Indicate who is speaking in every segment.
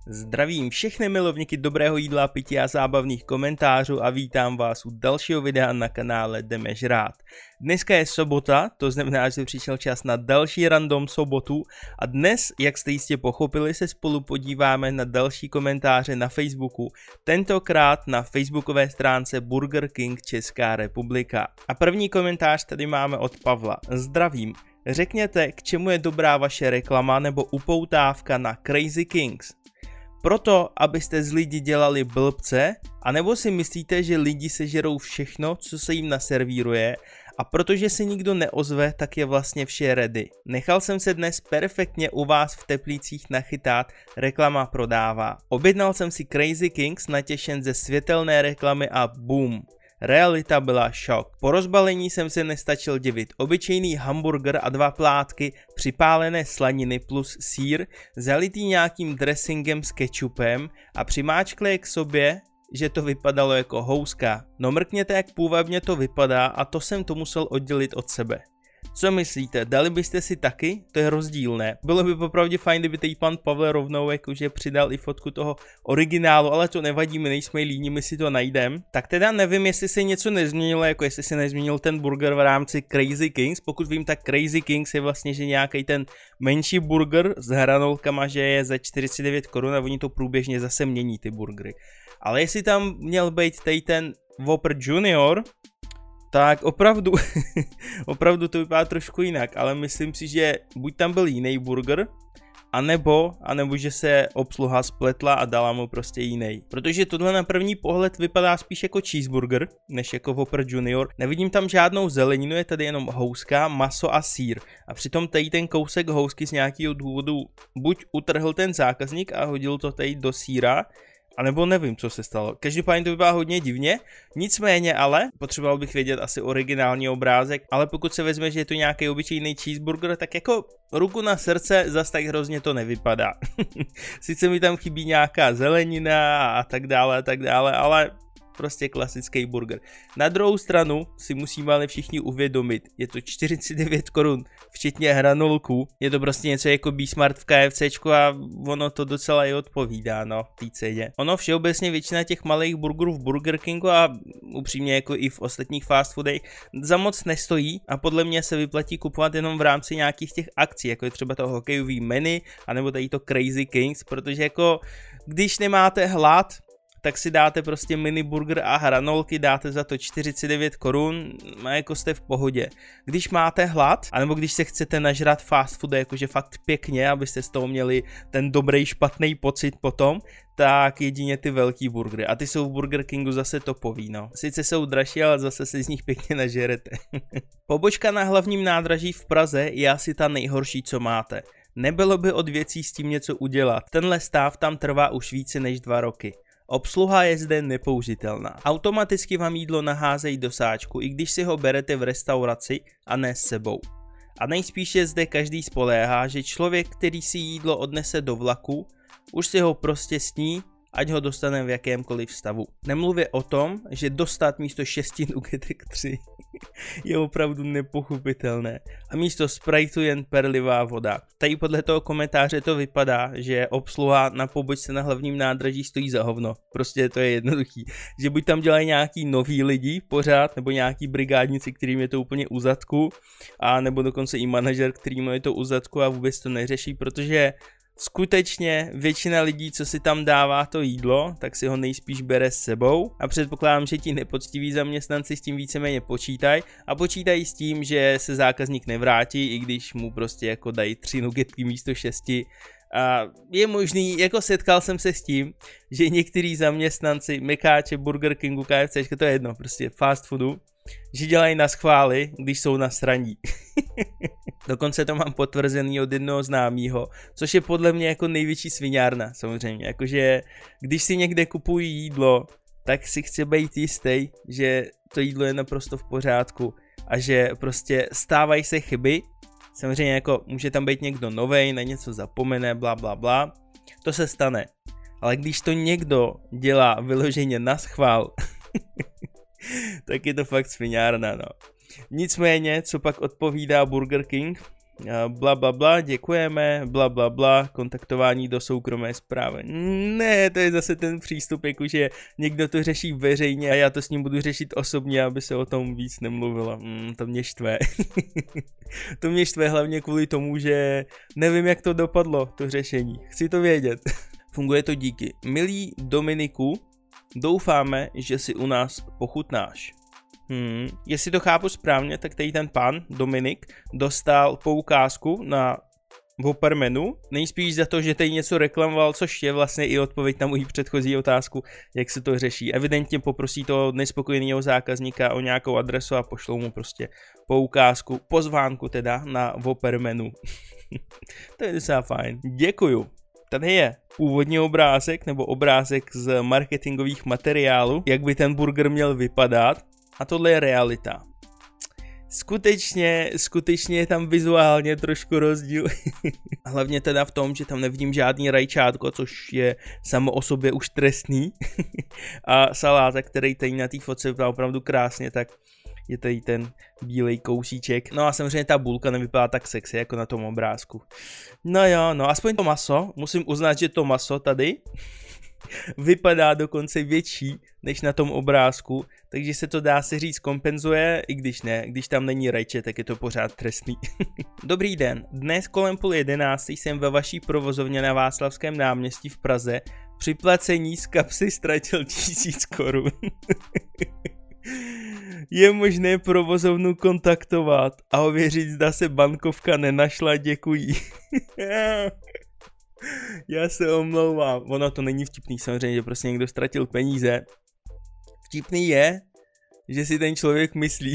Speaker 1: Zdravím všechny milovníky dobrého jídla, pití a zábavných komentářů a vítám vás u dalšího videa na kanále Jdeme žrát. Dneska je sobota, to znamená, že přišel čas na další random sobotu a dnes, jak jste jistě pochopili, se spolu podíváme na další komentáře na Facebooku, tentokrát na facebookové stránce Burger King Česká republika. A první komentář tady máme od Pavla. Zdravím. Řekněte, k čemu je dobrá vaše reklama nebo upoutávka na Crazy Kings? Proto, abyste z lidí dělali blbce, anebo si myslíte, že lidi sežerou všechno, co se jim naservíruje, a protože se nikdo neozve, tak je vlastně vše ready. Nechal jsem se dnes perfektně u vás v Teplicích nachytat, reklama prodává. Objednal jsem si Crazy Kings natěšen ze světelné reklamy a boom. Realita byla šok. Po rozbalení jsem se nestačil divit. Obyčejný hamburger a 2 plátky připálené slaniny plus sýr, zalitý nějakým dressingem s kečupem a přimáčkli k sobě, že to vypadalo jako houska. No mrkněte, jak půvabně to vypadá, a to jsem to musel oddělit od sebe. Co myslíte, dali byste si taky? To je rozdílné. Bylo by popravdě fajn, kdyby tady pan Pavel rovnou jakože přidal i fotku toho originálu, ale to nevadí, my nejsme líní, my si to najdem. Tak teda nevím, jestli se něco nezměnilo, jako jestli se nezměnil ten burger v rámci Crazy Kings. Pokud vím, tak Crazy Kings je vlastně, že nějaký ten menší burger s hranolkama, že je za 49 korun a oni to průběžně zase mění ty burgery. Ale jestli tam měl být tady ten Whopper Junior, tak opravdu, opravdu to vypadá trošku jinak, ale myslím si, že buď tam byl jiný burger, anebo že se obsluha spletla a dala mu prostě jiný. Protože tohle na první pohled vypadá spíš jako cheeseburger, než jako Whopper Junior. Nevidím tam žádnou zeleninu, je tady jenom houska, maso a sýr. A přitom tady ten kousek housky z nějakého důvodu buď utrhl ten zákazník a hodil to tady do sýra, a nebo nevím, co se stalo. Každopádně to vypadá hodně divně, nicméně ale potřeboval bych vědět asi originální obrázek, ale pokud se vezme, že je to nějaký obyčejný cheeseburger, tak jako ruku na srdce zas tak hrozně to nevypadá. Sice mi tam chybí nějaká zelenina a tak dále, ale prostě klasický burger. Na druhou stranu si musíme ale všichni uvědomit, je to 49 korun, včetně hranolku, je to prostě něco jako B-Smart v KFCčku a ono to docela i odpovídá, no, té ceně. Ono všeobecně většina těch malých burgerů v Burger Kingu a upřímně jako i v ostatních fast foodech za moc nestojí a podle mě se vyplatí kupovat jenom v rámci nějakých těch akcí, jako je třeba to hokejový menu, anebo tady to Crazy Kings, protože jako když nemáte hlad, tak si dáte prostě mini burger a hranolky, dáte za to 49 korun a jako jste v pohodě. Když máte hlad, anebo když se chcete nažrat fast food jakože fakt pěkně, abyste z toho měli ten dobrý špatný pocit potom, tak jedině ty velký burgery. A ty jsou v Burger Kingu zase topový, no. Sice jsou dražší, ale zase si z nich pěkně nažerete. Pobočka na hlavním nádraží v Praze je asi ta nejhorší, co máte. Nebylo by od věcí s tím něco udělat. Tenhle stav tam trvá už více než 2 roky. Obsluha je zde nepoužitelná. Automaticky vám jídlo naházejí do sáčku, i když si ho berete v restauraci a ne s sebou. A nejspíše zde každý spoléhá, že člověk, který si jídlo odnese do vlaku, už si ho prostě sní, ať ho dostane v jakémkoliv stavu. Nemluvě o tom, že dostat místo 6 nugetek 3 je opravdu nepochopitelné. A místo Spriteu jen perlivá voda. Tady podle toho komentáře to vypadá, že obsluha na pobočce na hlavním nádraží stojí za hovno. Prostě to je jednoduchý. Že buď tam dělají nějaký noví lidi pořád, nebo nějaký brigádníci, kterým je to úplně u zadku, a nebo dokonce i manažer, kterým je to u zadku a vůbec to neřeší, protože skutečně většina lidí, co si tam dává to jídlo, tak si ho nejspíš bere s sebou a předpokládám, že ti nepoctiví zaměstnanci s tím víceméně počítají a počítají s tím, že se zákazník nevrátí, i když mu prostě jako dají 3 nugetky místo 6. A je možný, jako setkal jsem se s tím, že některý zaměstnanci Mekáče, Burger Kingu, KFCčka, to je jedno, prostě fast foodu, že dělají na schvály, když jsou na sraní. Dokonce to mám potvrzený od jednoho známýho, což je podle mě jako největší sviňárna, samozřejmě. Jakože když si někde kupují jídlo, tak si chci být jistý, že to jídlo je naprosto v pořádku a že prostě stávají se chyby. Samozřejmě jako může tam být někdo novej, na něco zapomene, bla bla bla. To se stane. Ale když to někdo dělá vyloženě na schvál, tak je to fakt sviňárna, no. Nicméně, co pak odpovídá Burger King? bla bla bla, děkujeme, bla bla bla, kontaktování do soukromé zprávy. Ne, to je zase ten přístup, jakože někdo to řeší veřejně a já to s ním budu řešit osobně, aby se o tom víc nemluvilo. To mě štve. To mě štve hlavně kvůli tomu, že nevím, jak to dopadlo, to řešení. Chci to vědět. Funguje to díky. Milý Dominiku, doufáme, že si u nás pochutnáš. Jestli to chápu správně, tak tady ten pan, Dominik, dostal poukázku na Whopper menu, nejspíš za to, že tady něco reklamoval, což je vlastně i odpověď na moji předchozí otázku, jak se to řeší. Evidentně poprosí toho nespokojeného zákazníka o nějakou adresu a pošlou mu prostě poukázku, pozvánku teda na Whopper menu. To je docela fajn. Děkuju. Tady je původní obrázek nebo obrázek z marketingových materiálů, jak by ten burger měl vypadat. A tohle je realita. Skutečně je tam vizuálně trošku rozdíl. Hlavně teda v tom, že tam nevidím žádný rajčátko, což je samo o sobě už trestný. A saláta, který tady na té fotce vypadá opravdu krásně, tak je tady ten bílej kousíček. No a samozřejmě ta bulka nevypadá tak sexy jako na tom obrázku. No jo, no aspoň to maso, musím uznat, že to maso tady vypadá dokonce větší než na tom obrázku, takže se to dá se říct kompenzuje, i když ne, když tam není rajče, tak je to pořád trestný. Dobrý den, dnes kolem 10:30 jsem ve vaší provozovně na Václavském náměstí v Praze při placení z kapsy ztratil 1000 korun. Je možné provozovnu kontaktovat a ověřit, zda se bankovka nenašla, děkuji. Já se omlouvám, ono to není vtipný, samozřejmě, že prostě někdo ztratil peníze. Vtipný je, že si ten člověk myslí,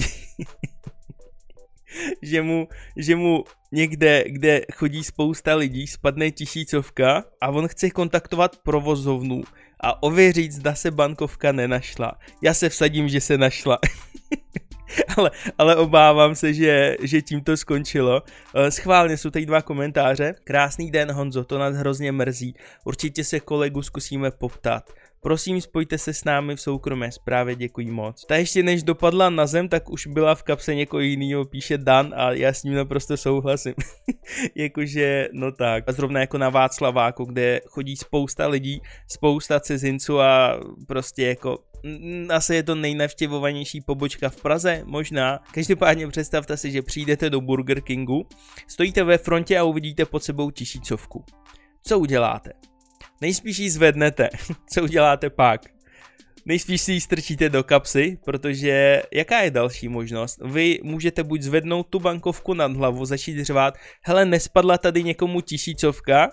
Speaker 1: že mu někde, kde chodí spousta lidí, spadne 1000 a on chce kontaktovat provozovnu a ověřit, zda se bankovka nenašla. Já se vsadím, že se našla. ale obávám se, že tím to skončilo. Schválně jsou tady 2 komentáře. Krásný den, Honzo, to nás hrozně mrzí. Určitě se kolegu zkusíme poptat. Prosím, spojte se s námi v soukromé zprávě, děkuji moc. Ta ještě než dopadla na zem, tak už byla v kapse někoho jinýho, píše Dan a já s ním naprosto souhlasím. Jakože, no tak. A zrovna jako na Václaváku, kde chodí spousta lidí, spousta cizinců a prostě jako asi je to nejnavštěvovanější pobočka v Praze, možná. Každopádně představte si, že přijdete do Burger Kingu, stojíte ve frontě a uvidíte pod sebou 1000. Co uděláte? Nejspíš ji zvednete. Co uděláte pak? Nejspíš si ji strčíte do kapsy, protože jaká je další možnost? Vy můžete buď zvednout tu bankovku nad hlavu, začít řvát, hele, nespadla tady někomu 1000,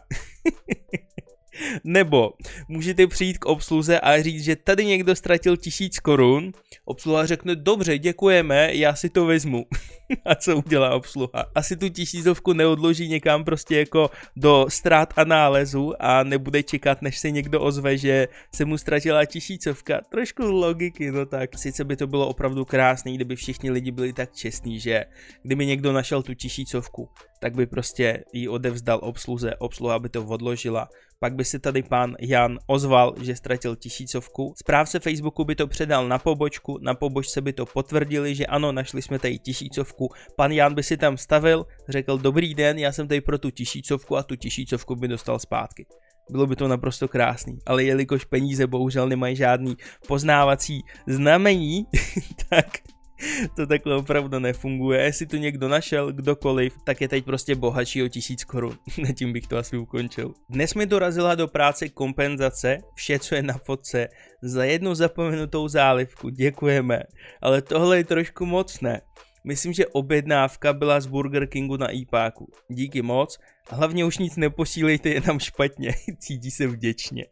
Speaker 1: nebo můžete přijít k obsluze a říct, že tady někdo ztratil 1000 korun, obsluha řekne, dobře, děkujeme, já si to vezmu. A co udělá obsluha? Asi tu 1000 neodloží někam prostě jako do ztrát a nálezu a nebude čekat, než se někdo ozve, že se mu ztratila 1000. Trošku logiky, no tak. Sice by to bylo opravdu krásný, kdyby všichni lidi byli tak čestní, že kdyby někdo našel tu 1000, tak by prostě ji odevzdal obsluze, obsluha by to odložila. Pak by se tady pan Jan ozval, že ztratil 1000. Správce Facebooku by to předal na pobočku, na pobočce by to potvrdili, že ano, našli jsme tady 1000. Pan Jan by si tam stavil, řekl dobrý den, já jsem tady pro tu 1000 a tu 1000 by dostal zpátky. Bylo by to naprosto krásný, ale jelikož peníze bohužel nemají žádný poznávací znamení, tak to takhle opravdu nefunguje. Jestli tu někdo našel, kdokoliv, tak je teď prostě bohatší o 1000 korun. Tím bych to asi ukončil. Dnes mi dorazila do práce kompenzace, vše, co je na fotce, za jednu zapomenutou zálivku. Děkujeme. Ale tohle je trošku moc, ne? Myslím, že objednávka byla z Burger Kingu na e-páku. Díky moc. A hlavně už nic neposílejte, je nám špatně. Cítí se vděčně.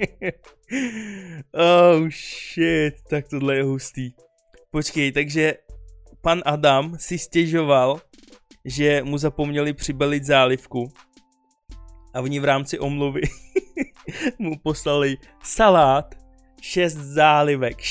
Speaker 1: Oh shit, tak tohle je hustý. Počkej, takže pan Adam si stěžoval, že mu zapomněli přibalit zálivku a oni v rámci omluvy mu poslali salát, 6 zálivek,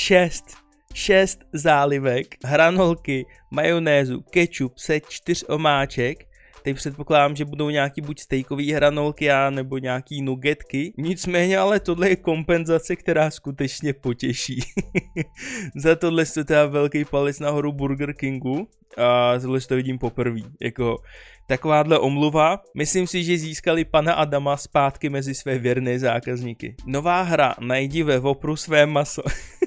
Speaker 1: 6 zálivek, hranolky, majonézu, kečup, set 4 omáček Teď předpokládám, že budou nějaký buď stejkový hranolky a nebo nějaký nuggetky. Nicméně ale tohle je kompenzace, která skutečně potěší. Za tohle je teda velký palec nahoru Burger Kingu a tohle to vidím poprvé. Jako takováhle omluva. Myslím si, že získali pana Adama zpátky mezi své věrné zákazníky. Nová hra, najdi ve Whopperu své maso.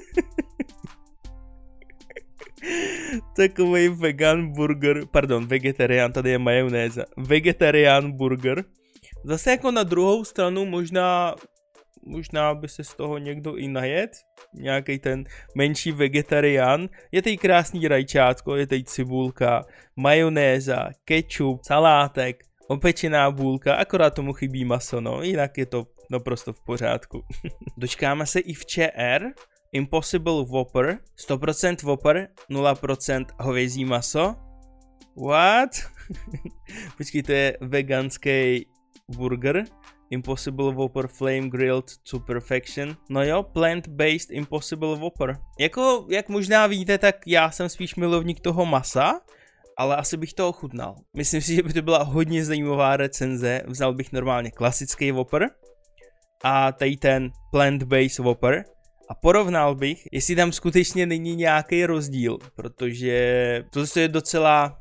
Speaker 1: Takový vegan burger, pardon, vegetarián, tady je majonéza. Vegetarián burger. Zase jako na druhou stranu možná by se z toho někdo i najet. Nějaký ten menší vegetarián. Je tady krásný rajčátko, je tady cibulka, majonéza, kečup, salátek, opečená bůlka, akorát tomu chybí maso, no, jinak je to naprosto v pořádku. Dočkáme se i v ČR. Impossible Whopper, 100% Whopper, 0% hovězí maso. What? Počkej, to je veganský burger. Impossible Whopper Flame Grilled to Perfection. No jo, plant-based Impossible Whopper. Jako, jak možná víte, tak já jsem spíš milovník toho masa, ale asi bych to ochutnal. Myslím si, že by to byla hodně zajímavá recenze. Vzal bych normálně klasický Whopper a tady ten plant-based Whopper. A porovnal bych, jestli tam skutečně není nějaký rozdíl, protože to je docela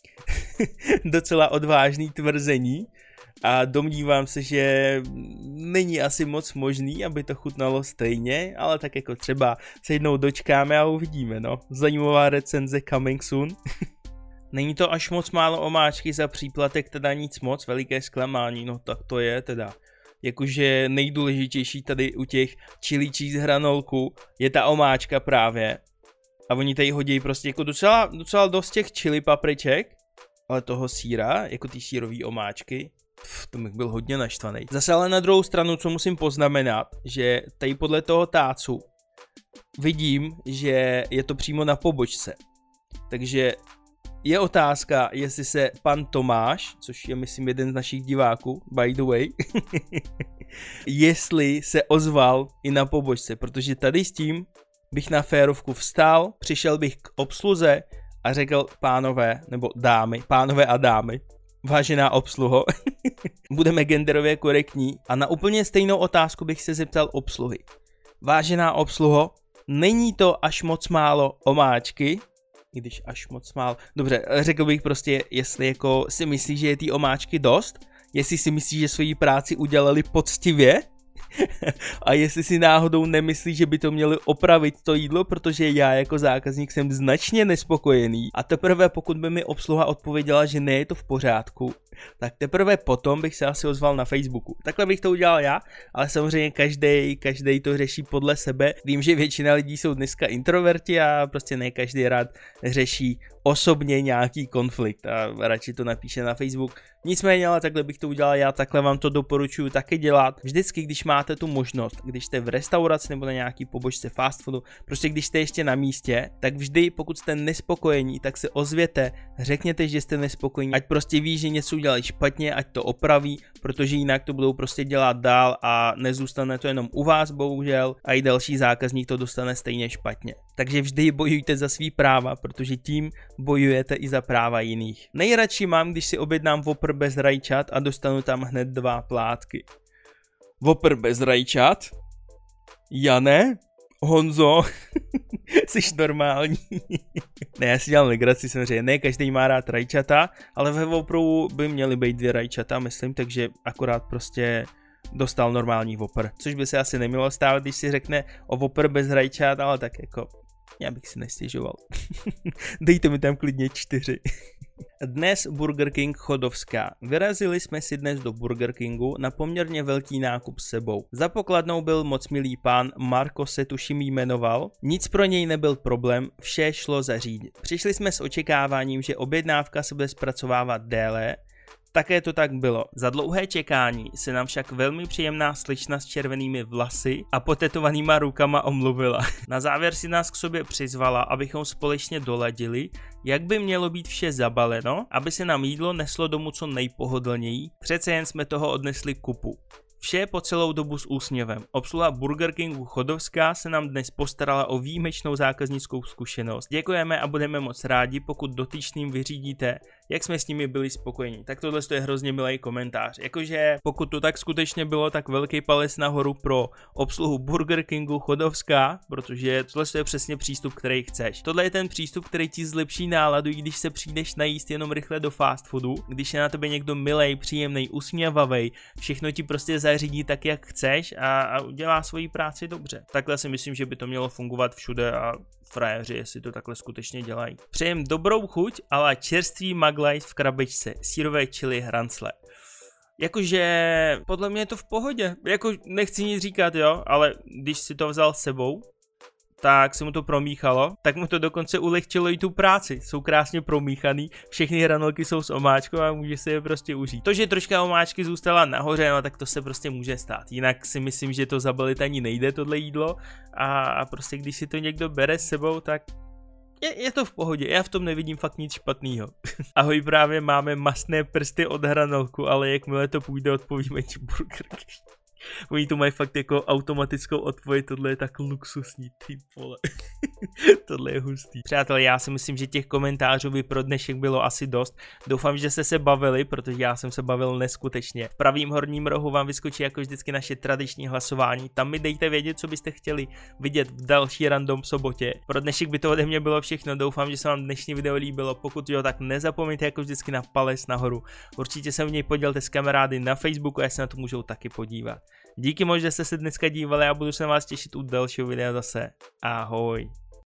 Speaker 1: odvážný tvrzení a domnívám se, že není asi moc možný, aby to chutnalo stejně, ale tak jako třeba se jednou dočkáme a uvidíme, no. Zajímavá recenze coming soon. Není to až moc málo omáčky za příplatek, teda nic moc, veliké zklamání, no tak to je teda. Jakože nejdůležitější tady u těch chili cheese hranolků je ta omáčka právě. A oni tady hodí prostě jako docela dost těch chili papriček, ale toho sýra, jako ty sýrový omáčky, to bych byl hodně naštvaný. Zase ale na druhou stranu, co musím poznamenat, že tady podle toho tácu vidím, že je to přímo na pobočce. Takže je otázka, jestli se pan Tomáš, což je myslím jeden z našich diváků, by the way, jestli se ozval i na pobočce, protože tady s tím bych na férovku vstal, přišel bych k obsluze a řekl pánové, nebo dámy, pánové a dámy, vážená obsluho, budeme genderově korektní a na úplně stejnou otázku bych se zeptal obsluhy. Vážená obsluho, není to až moc málo omáčky? I když až moc málo. Dobře, řekl bych prostě, jestli jako si myslí, že je ty omáčky dost, jestli si myslí, že svoji práci udělali poctivě a jestli si náhodou nemyslí, že by to měli opravit to jídlo, protože já jako zákazník jsem značně nespokojený a teprve pokud by mi obsluha odpověděla, že ne je to v pořádku, tak teprve potom bych se asi ozval na Facebooku. Takhle bych to udělal já, ale samozřejmě každý to řeší podle sebe. Vím, že většina lidí jsou dneska introverti a prostě ne každý rád řeší osobně nějaký konflikt a radši to napíše na Facebook. Nicméně, ale takhle bych to udělal já, takhle vám to doporučuji taky dělat. Vždycky, když máte tu možnost, když jste v restauraci nebo na nějaký pobočce fast foodu, prostě když jste ještě na místě, tak vždy, pokud jste nespokojení, tak se ozvěte, řekněte, že jste nespokojení, ať prostě ví, že něco udělali špatně, ať to opraví, protože jinak to budou prostě dělat dál a nezůstane to jenom u vás, bohužel, a i další zákazník to dostane stejně špatně. Takže vždy bojujte za svý práva, protože tím bojujete i za práva jiných. Nejradši mám, když si objednám Whopper bez rajčat a dostanu tam hned 2 plátky. Whopper bez rajčat? Jane? Honzo? Jsi normální? Ne, já si dělám legraci samozřejmě, ne každý má rád rajčata, ale ve Whopperu by měly být 2 rajčata, myslím, takže akorát prostě dostal normální Whopper, což by se asi nemělo stávat, když si řekne o Whopper bez rajčat, ale tak jako já bych si nestěžoval. Dejte mi tam klidně 4. Dnes Burger King Chodovská. Vyrazili jsme si dnes do Burger Kingu na poměrně velký nákup s sebou. Za pokladnou byl moc milý pán, Marko se tuším jmenoval. Nic pro něj nebyl problém, vše šlo zařídit. Přišli jsme s očekáváním, že objednávka se bude zpracovávat déle. Také to tak bylo. Za dlouhé čekání se nám však velmi příjemná slečna s červenými vlasy a potetovanýma rukama omluvila. Na závěr si nás k sobě přizvala, abychom společně doladili, jak by mělo být vše zabaleno, aby se nám jídlo neslo domů co nejpohodlněji, přece jen jsme toho odnesli kupu. Vše po celou dobu s úsměvem. Obsluha Burger Kingu Chodovská se nám dnes postarala o výjimečnou zákaznickou zkušenost. Děkujeme a budeme moc rádi, pokud dotyčným vyřídíte jak jsme s nimi byli spokojení. Tak tohle je hrozně milý komentář. Jakože pokud to tak skutečně bylo, tak velký palec nahoru pro obsluhu Burger Kingu Chodovská, protože tohle je přesně přístup, který chceš. Tohle je ten přístup, který ti zlepší náladu, i když se přijdeš najíst jenom rychle do fast foodu, když je na tebe někdo milej, příjemný, usměvavý, všechno ti prostě zařídí tak, jak chceš a udělá svoji práci dobře. Takhle si myslím, že by to mělo fungovat všude a frajeři, jestli to takhle skutečně dělají. Přejem dobrou chuť, ale čerstvý maglajs v krabičce, sírové chili hrancle. Jakože podle mě je to v pohodě, jako nechci nic říkat, jo, ale když si to vzal s sebou, tak se mu to promíchalo, tak mu to dokonce ulehčilo i tu práci. Jsou krásně promíchaný, všechny hranolky jsou s omáčkou a může se je prostě užít. To, že troška omáčky zůstala nahoře, no tak to se prostě může stát. Jinak si myslím, že to zabalit ani nejde tohle jídlo a prostě když si to někdo bere s sebou, tak je to v pohodě, já v tom nevidím fakt nic špatného. Ahoj, právě máme mastné prsty od hranolku, ale jakmile to půjde, odpovíme ti Burger King. Oni tu mají fakt jako automatickou odpověď, tohle je tak luxusní, ty vole. Tohle je hustý. Přátelé, já si myslím, že těch komentářů by pro dnešek bylo asi dost. Doufám, že jste se bavili, protože já jsem se bavil neskutečně. V pravým horním rohu vám vyskočí jako vždycky naše tradiční hlasování. Tam mi dejte vědět, co byste chtěli vidět v další random sobotě. Pro dnešek by to ode mě bylo všechno. Doufám, že se vám dnešní video líbilo. Pokud jo, tak nezapomeňte jako vždycky na palec nahoru. Určitě se v něj podělte s kamarády na Facebooku, a se na to můžou taky podívat. Díky moc, že jste se dneska dívali a budu se na vás těšit u dalšího videa zase. Ahoj.